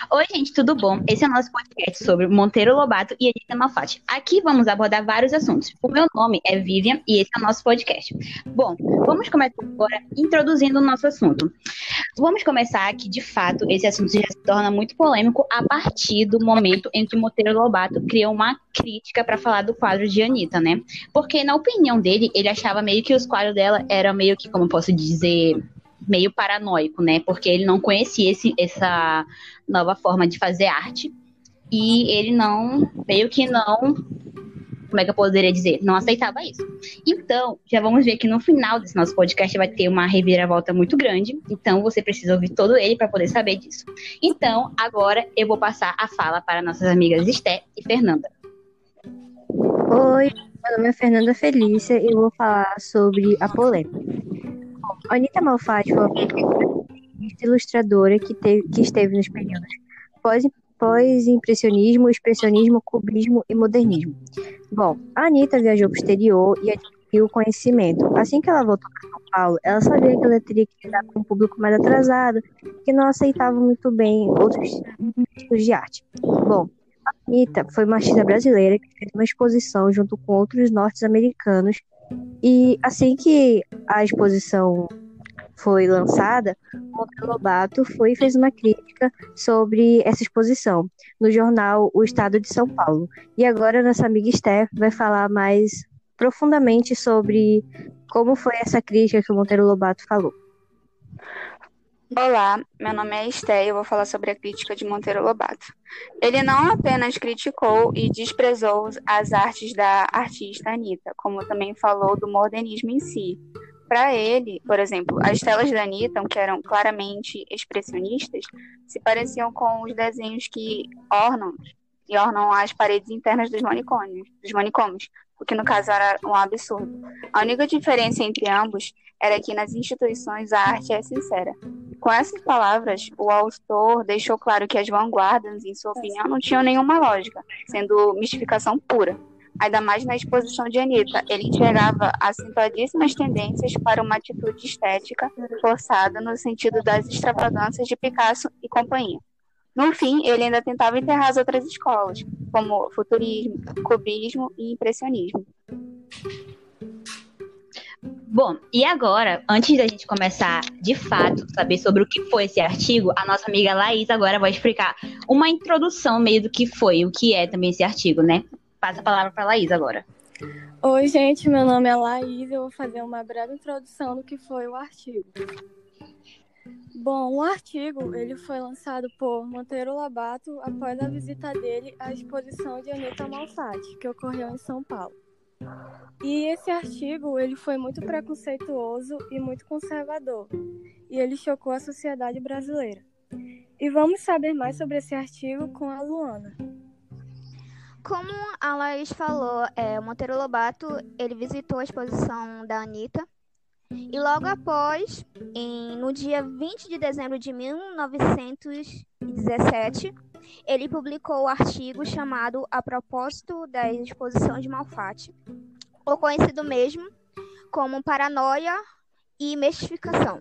Oi, gente, tudo bom? Esse é o nosso podcast sobre Monteiro Lobato e Edith Malfatti. Aqui vamos abordar vários assuntos. O meu nome é Vivian e esse é o nosso podcast. Bom, vamos começar agora introduzindo o nosso assunto. Vamos começar que, de fato, esse assunto já se torna muito polêmico a partir do momento em que Monteiro Lobato criou uma crítica para falar do quadro de Anitta, né? Porque, na opinião dele, ele achava meio que os quadros dela eram meio que, como posso dizer, meio paranoico, né? Porque ele não conhecia essa nova forma de fazer arte e ele não, meio que não, como é que eu poderia dizer? Não aceitava isso. Então, já vamos ver que no final desse nosso podcast vai ter uma reviravolta muito grande. Então, você precisa ouvir todo ele para poder saber disso. Então, agora eu vou passar a fala para nossas amigas Esté e Fernanda. Oi, meu nome é Fernanda Felícia e eu vou falar sobre a polêmica. A Anitta Malfatti foi uma artista ilustradora que esteve nos períodos pós- pós-impressionismo, expressionismo, cubismo e modernismo. Bom, a Anitta viajou para o exterior e adquiriu conhecimento. Assim que ela voltou para São Paulo, ela sabia que ela teria que lidar com um público mais atrasado, que não aceitava muito bem outros tipos de arte. Bom, Anitta foi uma artista brasileira que fez uma exposição junto com outros norte-americanos. E assim que a exposição foi lançada, Monteiro Lobato foi e fez uma crítica sobre essa exposição no jornal O Estado de São Paulo. E agora nossa amiga Steph vai falar mais profundamente sobre como foi essa crítica que o Monteiro Lobato falou. Olá, meu nome é Esté e eu vou falar sobre a crítica de Monteiro Lobato. Ele não apenas criticou e desprezou as artes da artista Anitta, como também falou do modernismo em si. Para ele, por exemplo, as telas da Anitta, que eram claramente expressionistas, se pareciam com os desenhos que ornam as paredes internas dos manicômios, o que no caso era um absurdo. A única diferença entre ambos era que nas instituições a arte é sincera. Com essas palavras, o autor deixou claro que as vanguardas, em sua opinião, não tinham nenhuma lógica, sendo mistificação pura. Ainda mais na exposição de Anitta, ele enxergava acentuadíssimas tendências para uma atitude estética forçada no sentido das extravagâncias de Picasso e companhia. No fim, ele ainda tentava enterrar as outras escolas, como futurismo, cubismo e impressionismo. Bom, e agora, antes da gente começar de fato saber sobre o que foi esse artigo, a nossa amiga Laís agora vai explicar uma introdução meio do que foi, o que é também esse artigo, né? Passa a palavra para Laís agora. Oi, gente, meu nome é Laís e eu vou fazer uma breve introdução do que foi o artigo. Bom, o artigo ele foi lançado por Monteiro Lobato após a visita dele à exposição de Anitta Malfatti, que ocorreu em São Paulo. E esse artigo ele foi muito preconceituoso e muito conservador, e ele chocou a sociedade brasileira. E vamos saber mais sobre esse artigo com a Luana. Como a Laís falou, o Monteiro Lobato ele visitou a exposição da Anitta e logo após, no dia 20 de dezembro de 1917, ele publicou o artigo chamado A Propósito da Exposição de Malfatti, ou conhecido mesmo como Paranoia e Mistificação.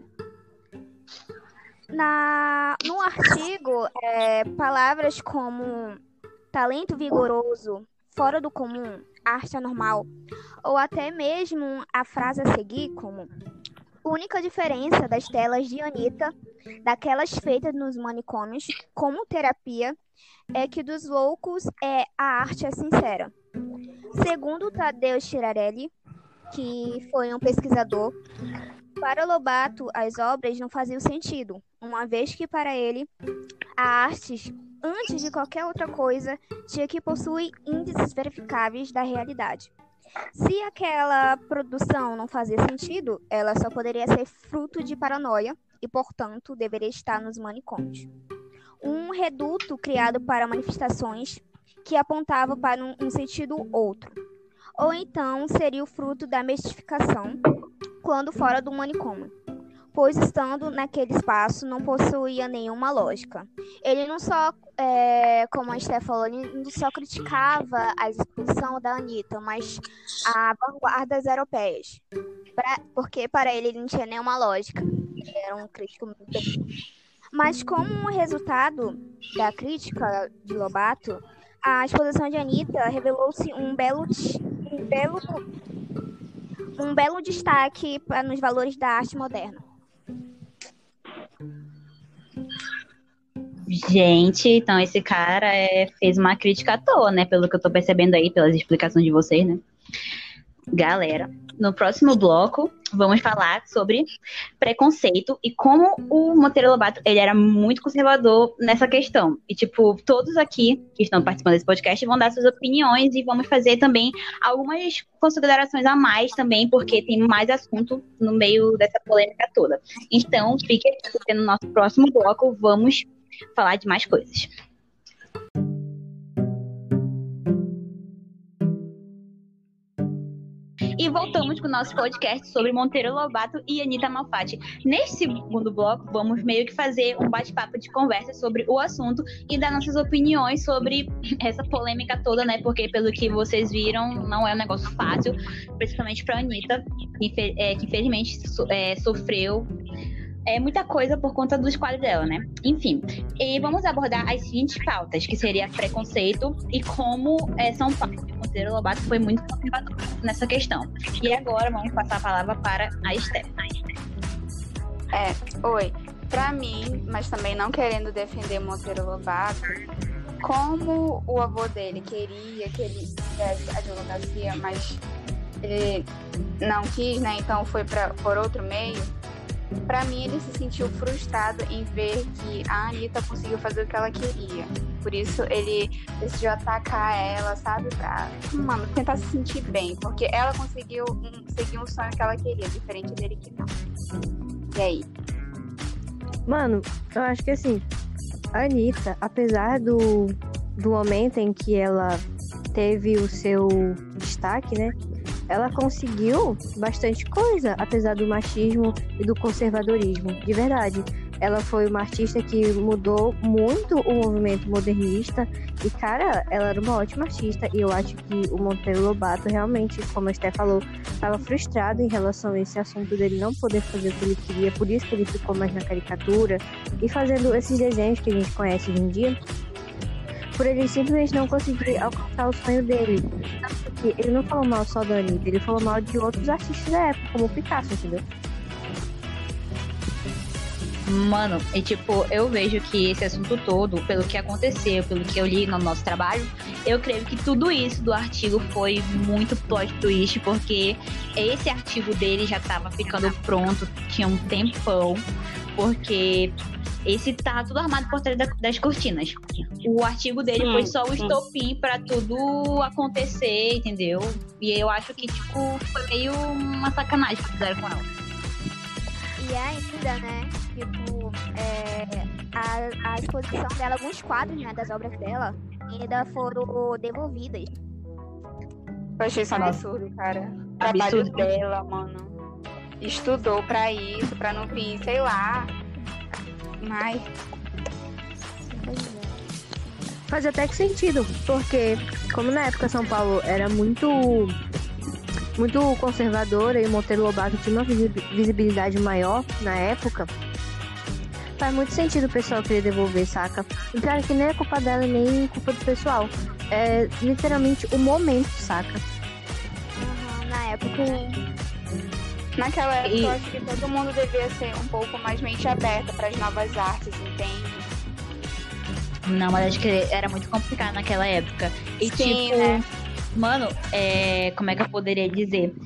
No artigo, palavras como talento vigoroso, fora do comum, arte anormal, ou até mesmo a frase a seguir como única diferença das telas de Anitta, daquelas feitas nos manicômios como terapia, é que dos loucos a arte é sincera. Segundo Tadeu Chirarelli, que foi um pesquisador, para Lobato as obras não faziam sentido, uma vez que para ele a arte, antes de qualquer outra coisa, tinha que possuir índices verificáveis da realidade. Se aquela produção não fazia sentido, ela só poderia ser fruto de paranoia e, portanto, deveria estar nos manicômios. Um reduto criado para manifestações que apontava para um sentido outro. Ou então seria o fruto da mistificação quando fora do manicômio, pois estando naquele espaço não possuía nenhuma lógica. Ele não só, como a Steph falou, ele não só criticava a exposição da Anitta, mas as vanguardas europeias, porque para ele não tinha nenhuma lógica. Ele era um crítico muito Mas como resultado da crítica de Lobato, a exposição de Anitta revelou-se um belo destaque nos valores da arte moderna. Gente, então esse cara fez uma crítica à toa, né? Pelo que eu tô percebendo aí, pelas explicações de vocês, né? Galera, no próximo bloco, vamos falar sobre preconceito e como o Monteiro Lobato, ele era muito conservador nessa questão. E, tipo, todos aqui que estão participando desse podcast vão dar suas opiniões e vamos fazer também algumas considerações a mais também, porque tem mais assunto no meio dessa polêmica toda. Então, fique aqui, porque no nosso próximo bloco vamos falar de mais coisas. E voltamos com o nosso podcast sobre Monteiro Lobato e Anitta Malfatti. Neste segundo bloco, vamos meio que fazer um bate-papo de conversa sobre o assunto e dar nossas opiniões sobre essa polêmica toda, né? Porque, pelo que vocês viram, não é um negócio fácil, principalmente para a Anitta, que infelizmente sofreu muita coisa por conta dos quadros dela, né? Enfim, e vamos abordar as seguintes pautas, que seria preconceito e como São Paulo, Monteiro Lobato foi muito conservador nessa questão. E agora vamos passar a palavra para a Esther. Oi. Pra mim, mas também não querendo defender Monteiro Lobato, como o avô dele queria que ele fizesse advocacia, mas ele não quis, né? Então foi por outro meio. Pra mim, ele se sentiu frustrado em ver que a Anitta conseguiu fazer o que ela queria. Por isso, ele decidiu atacar ela, sabe? Pra, tentar se sentir bem. Porque ela conseguiu seguir um sonho que ela queria, diferente dele que não. E aí? Mano, eu acho que assim, a Anitta, apesar do momento em que ela teve o seu destaque, né? Ela conseguiu bastante coisa, apesar do machismo e do conservadorismo, de verdade. Ela foi uma artista que mudou muito o movimento modernista e, cara, ela era uma ótima artista e eu acho que o Monteiro Lobato realmente, como a Esté falou, estava frustrado em relação a esse assunto dele não poder fazer o que ele queria, por isso que ele ficou mais na caricatura e fazendo esses desenhos que a gente conhece hoje em dia, por ele simplesmente não conseguir alcançar o sonho dele. Porque ele não falou mal só da Anitta, ele falou mal de outros artistas da época, como o Picasso, entendeu? Mano, e tipo, eu vejo que esse assunto todo, pelo que aconteceu, pelo que eu li no nosso trabalho, eu creio que tudo isso do artigo foi muito plot twist, porque esse artigo dele já tava ficando pronto, tinha um tempão, porque esse tá tudo armado por trás das cortinas. O artigo dele foi só o estopim pra tudo acontecer, entendeu? E eu acho que, tipo, foi meio uma sacanagem que fizeram com ela. E ainda, né, tipo, a exposição dela, alguns quadros, né, das obras dela, ainda foram devolvidas. Eu achei isso um absurdo, cara. O trabalho dela, mano. Estudou pra isso, pra não vir, sei lá. Mas... Faz até que sentido, porque como na época São Paulo era muito conservadora e o Monteiro Lobato tinha uma visibilidade maior na época, faz muito sentido o pessoal querer devolver, saca? E claro que nem é culpa dela nem culpa do pessoal, é literalmente o momento, saca? Na época... Naquela época, eu acho que todo mundo devia ser um pouco mais mente aberta para as novas artes, entende? Não, mas acho que era muito complicado naquela época. E sim, tipo, né? Mano, como é que eu poderia dizer?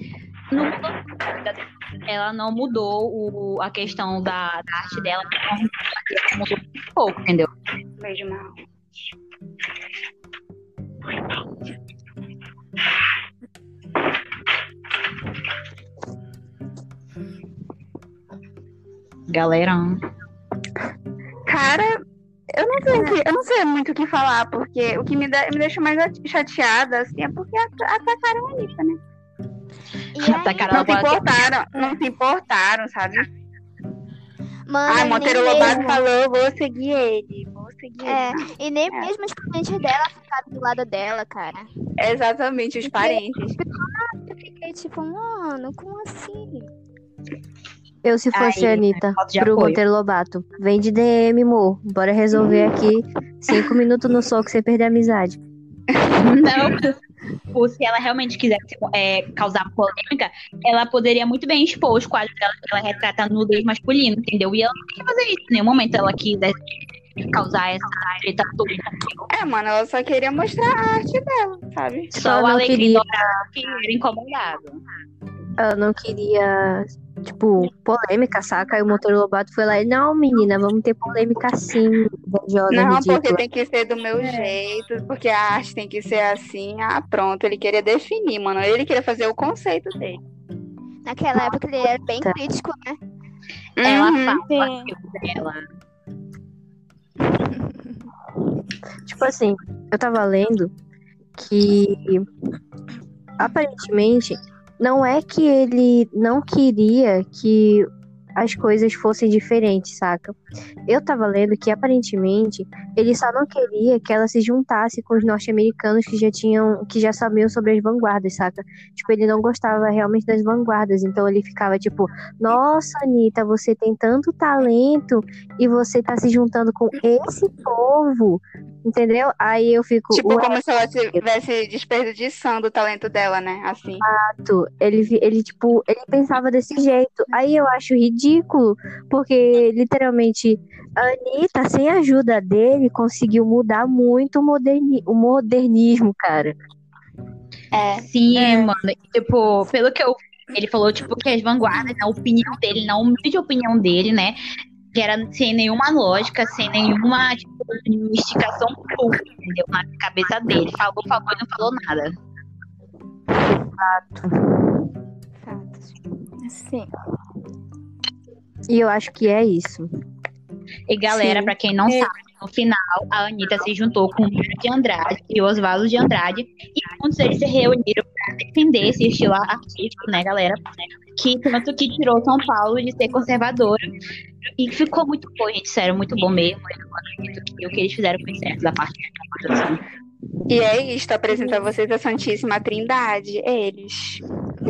Ela não mudou a questão da arte dela, mudou um pouco, entendeu? Beijo, mal. Galera. Cara, eu não sei muito o que falar, porque o que me deixa mais chateada, assim, é porque atacaram a Anitta, né? Não se importaram, sabe? Mano, Monteiro Lobato falou, vou seguir ele. E nem mesmo os parentes dela ficaram do lado dela, cara. Exatamente, os parentes. Eu fiquei tipo, mano, como assim? Eu, se fosse a Aí, Anitta, foto de pro apoio. Monteiro Lobato. Vem de DM, amor. Bora resolver aqui. 5 minutos no soco sem perder a amizade. Não, se ela realmente quisesse causar polêmica, ela poderia muito bem expor os quadros dela que ela retrata a nudez masculina, entendeu? E ela não queria fazer isso. Em nenhum momento ela quisesse causar essa treta toda. Mano, ela só queria mostrar a arte dela, sabe? Só Ela o não Alecrim queria- Dourado que era incomodado. Ela não queria, tipo, polêmica, saca? Aí o Monteiro Lobato foi lá e, não, menina, vamos ter polêmica sim, joga Não, porque ridícula. tem que ser do meu jeito, porque a arte tem que ser assim. Ah, pronto. Ele queria definir, mano. Ele queria fazer o conceito dele. Naquela época ele era bem Tá. crítico, né? Ela Uhum. fala Sim. o artigo dela. Tipo assim, eu tava lendo que aparentemente não é que ele não queria que as coisas fossem diferentes, saca? Eu tava lendo que aparentemente ele só não queria que ela se juntasse com os norte-americanos que já sabiam sobre as vanguardas, saca? Tipo, ele não gostava realmente das vanguardas, então ele ficava tipo, nossa, Anitta, você tem tanto talento e você tá se juntando com esse povo, entendeu? Aí eu fico, Tipo, ué, como se ela estivesse desperdiçando o talento dela, né? Assim. ele tipo, ele pensava desse jeito. Aí eu acho ridículo, porque literalmente a Anitta, sem a ajuda dele, conseguiu mudar muito o modernismo, cara. Sim, mano. E, tipo, pelo que ele falou, tipo, que as vanguardas, na opinião dele, na humilde opinião dele, né? Que era sem nenhuma lógica, sem nenhuma, tipo, mistificação pura, entendeu? Na cabeça dele. Falou e não falou nada. Fatos. Sim. E eu acho que é isso. E galera, Sim. pra quem não sabe, no final, a Anitta se juntou com o Mário de Andrade e o Oswaldo de Andrade, e juntos eles se reuniram pra defender esse estilo artístico, né, galera? Que tanto que tirou São Paulo de ser conservadora. E ficou muito bom, gente, sério, muito bom mesmo. Eu acredito que o que eles fizeram foi certo da parte da produção. E é isto, apresento a vocês a Santíssima Trindade. Eles.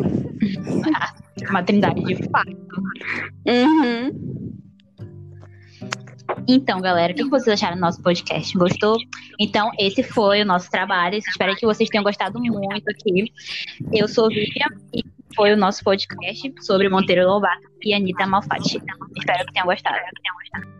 Uma trindade de fato. Uhum. Então, galera, o que vocês acharam do nosso podcast? Gostou? Então, esse foi o nosso trabalho. Espero que vocês tenham gostado muito aqui. Eu sou Vivian e foi o nosso podcast sobre Monteiro Lobato e Anitta Malfatti. Espero que tenham gostado.